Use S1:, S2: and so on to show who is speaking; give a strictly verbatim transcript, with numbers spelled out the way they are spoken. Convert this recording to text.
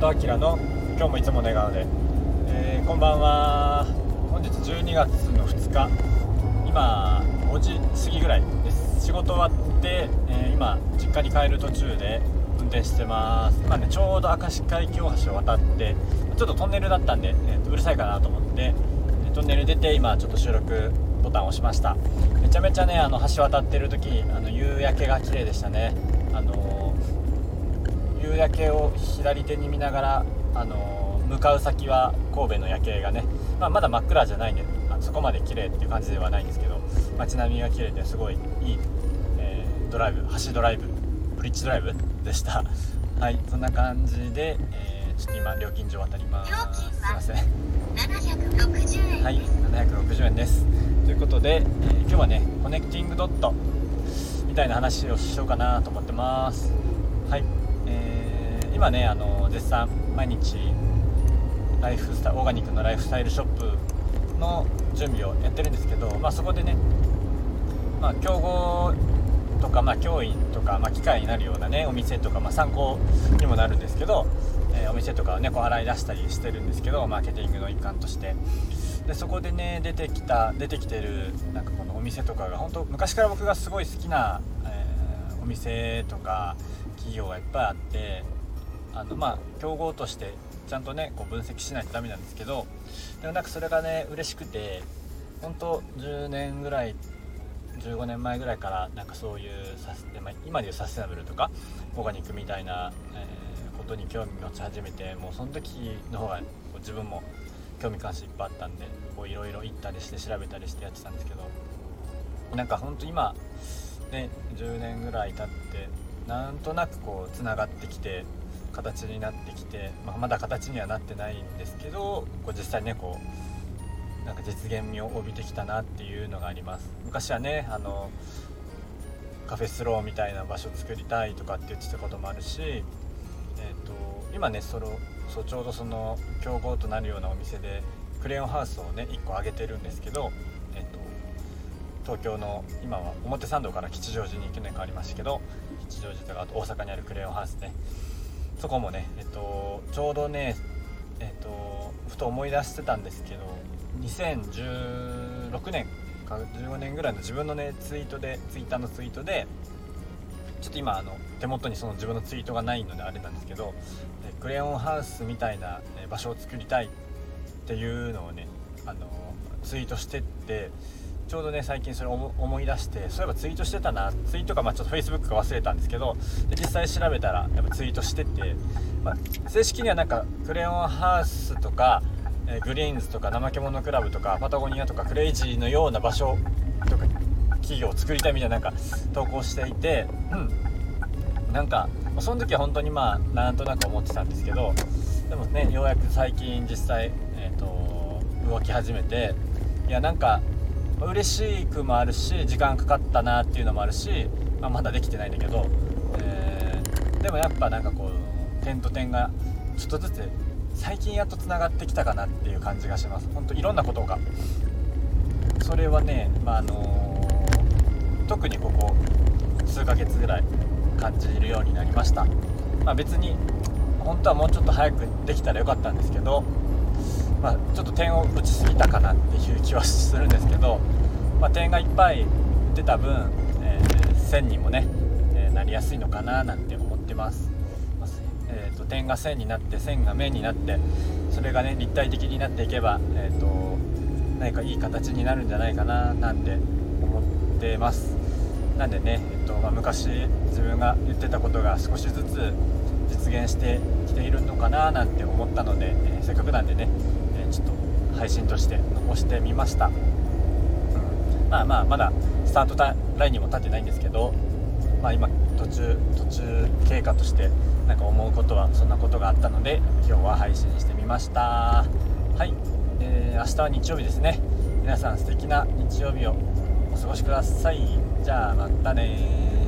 S1: 明の今日もいつもの笑顔で、えー、こんばんは。本日じゅうにがつのふつか、今ごじ過ぎぐらいです。仕事終わって、えー、今実家に帰る途中で運転してます。今ねちょうど明石海峡橋を渡って、ちょっとトンネルだったんで、えー、とうるさいかなと思ってトンネル出て今ちょっと収録ボタンを押しました。めちゃめちゃねあの橋渡ってる時あの夕焼けが綺麗でしたね。あの夕焼けを左手に見ながら、あの向かう先は神戸の夜景がね、まあ、まだ真っ暗じゃないんでそこまで綺麗っていう感じではないんですけど、街並みが綺麗ですごいいい、えー、ドライブ橋ドライブブリッジドライブでしたはい、そんな感じで、えー、ちょっと今料金所渡ります。すいません、
S2: ななひゃくろくじゅうえん。
S1: はい、ななひゃくろくじゅうえんです。ということで、えー、今日はねコネクティングドットみたいな話をしようかなと思ってます。はい、えー、今ねあの絶賛毎日ライフスタイルオーガニックのライフスタイルショップの準備をやってるんですけど、まあ、そこでね、まあ、競合とか、まあ、教員とか、まあ、機会になるようなねお店とか、まあ、参考にもなるんですけど、えー、お店とかをねこう洗い出したりしてるんですけど、マーケティングの一環としてで、そこでね出てきた出てきてるなんかこのお店とかが本当昔から僕がすごい好きな、えー、お店とか企業がいっぱいあって、あのまあ競合としてちゃんとねこう分析しないとダメなんですけど、でもなんかそれがね嬉しくて、本当じゅうねんぐらいじゅうごねんまえぐらいからなんかそういうサステ、まあ、今でいうサステナブルとかオーガニックみたいな、えー、ことに興味持ち始めて、もうその時の方がこう自分も興味関心いっぱいあったんで、こういろいろ行ったりして調べたりしてやってたんですけど、なんか本当今ねじゅうねんぐらい経ってなんとなくこうつながってきて形になってきて、まあ、まだ形にはなってないんですけど、こう実際ねこうなんか実現味を帯びてきたなっていうのがあります。昔はねあのカフェスローみたいな場所作りたいとかって言ってたこともあるし、えー、と今ねそのそうちょうどその競合となるようなお店でクレヨンハウスをねいっこあげてるんですけど、えー、と東京の今は表参道から吉祥寺に去年変わりましたけど、吉祥寺とかあと大阪にあるクレヨンハウスね、そこもね、えっと、ちょうどね、えっと、ふと思い出してたんですけど、にせんじゅうろくねんかじゅうごねんぐらいの自分のねツイートでツイッターのツイートでちょっと今あの手元にその自分のツイートがないのであれなんですけど、クレヨンハウスみたいな場所を作りたいっていうのをねあのツイートしてって、ちょうどね最近それを思い出して、そういえばツイートしてたな、ツイートかまあちょっと Facebook か忘れたんですけど、で実際調べたらやっぱツイートしてて、まあ、正式にはなんかクレヨンハウスとか、えー、グリーンズとか怠け者クラブとかパタゴニアとかクレイジーのような場所とか企業を作りたいみたいななんか投稿していて、うん、なんかその時は本当にまあなんとなく思ってたんですけど、でもねようやく最近実際、えーと、動き始めて、いやなんか嬉しくもあるし時間かかったなっていうのもあるし、まあ、まだできてないんだけど、えー、でもやっぱなんかこう点と点がちょっとずつ最近やっとつながってきたかなっていう感じがします。本当いろんなことが、それはね、まああのー、特にここ数ヶ月ぐらい感じるようになりました。まあ、別に本当はもうちょっと早くできたらよかったんですけど、まあ、ちょっと点を打ちすぎたかなっていう気はするんですけど、まあ、点がいっぱい出た分、えー、線にもね、えー、なりやすいのかななんて思ってます。えー、と点が線になって線が面になって、それがね立体的になっていけば、えー、と何かいい形になるんじゃないかななんて思ってます。なんでね、えーとまあ、昔自分が言ってたことが少しずつ実現してきているのかななんて思ったので、えー、せっかくなんでねちょっと配信として残してみました。うん、まあまあまだスタートラインにも立ってないんですけど、まあ今途中途中経過としてなんか思うことはそんなことがあったので今日は配信してみました。はい、えー、明日は日曜日ですね。皆さん素敵な日曜日をお過ごしください。じゃあまたね。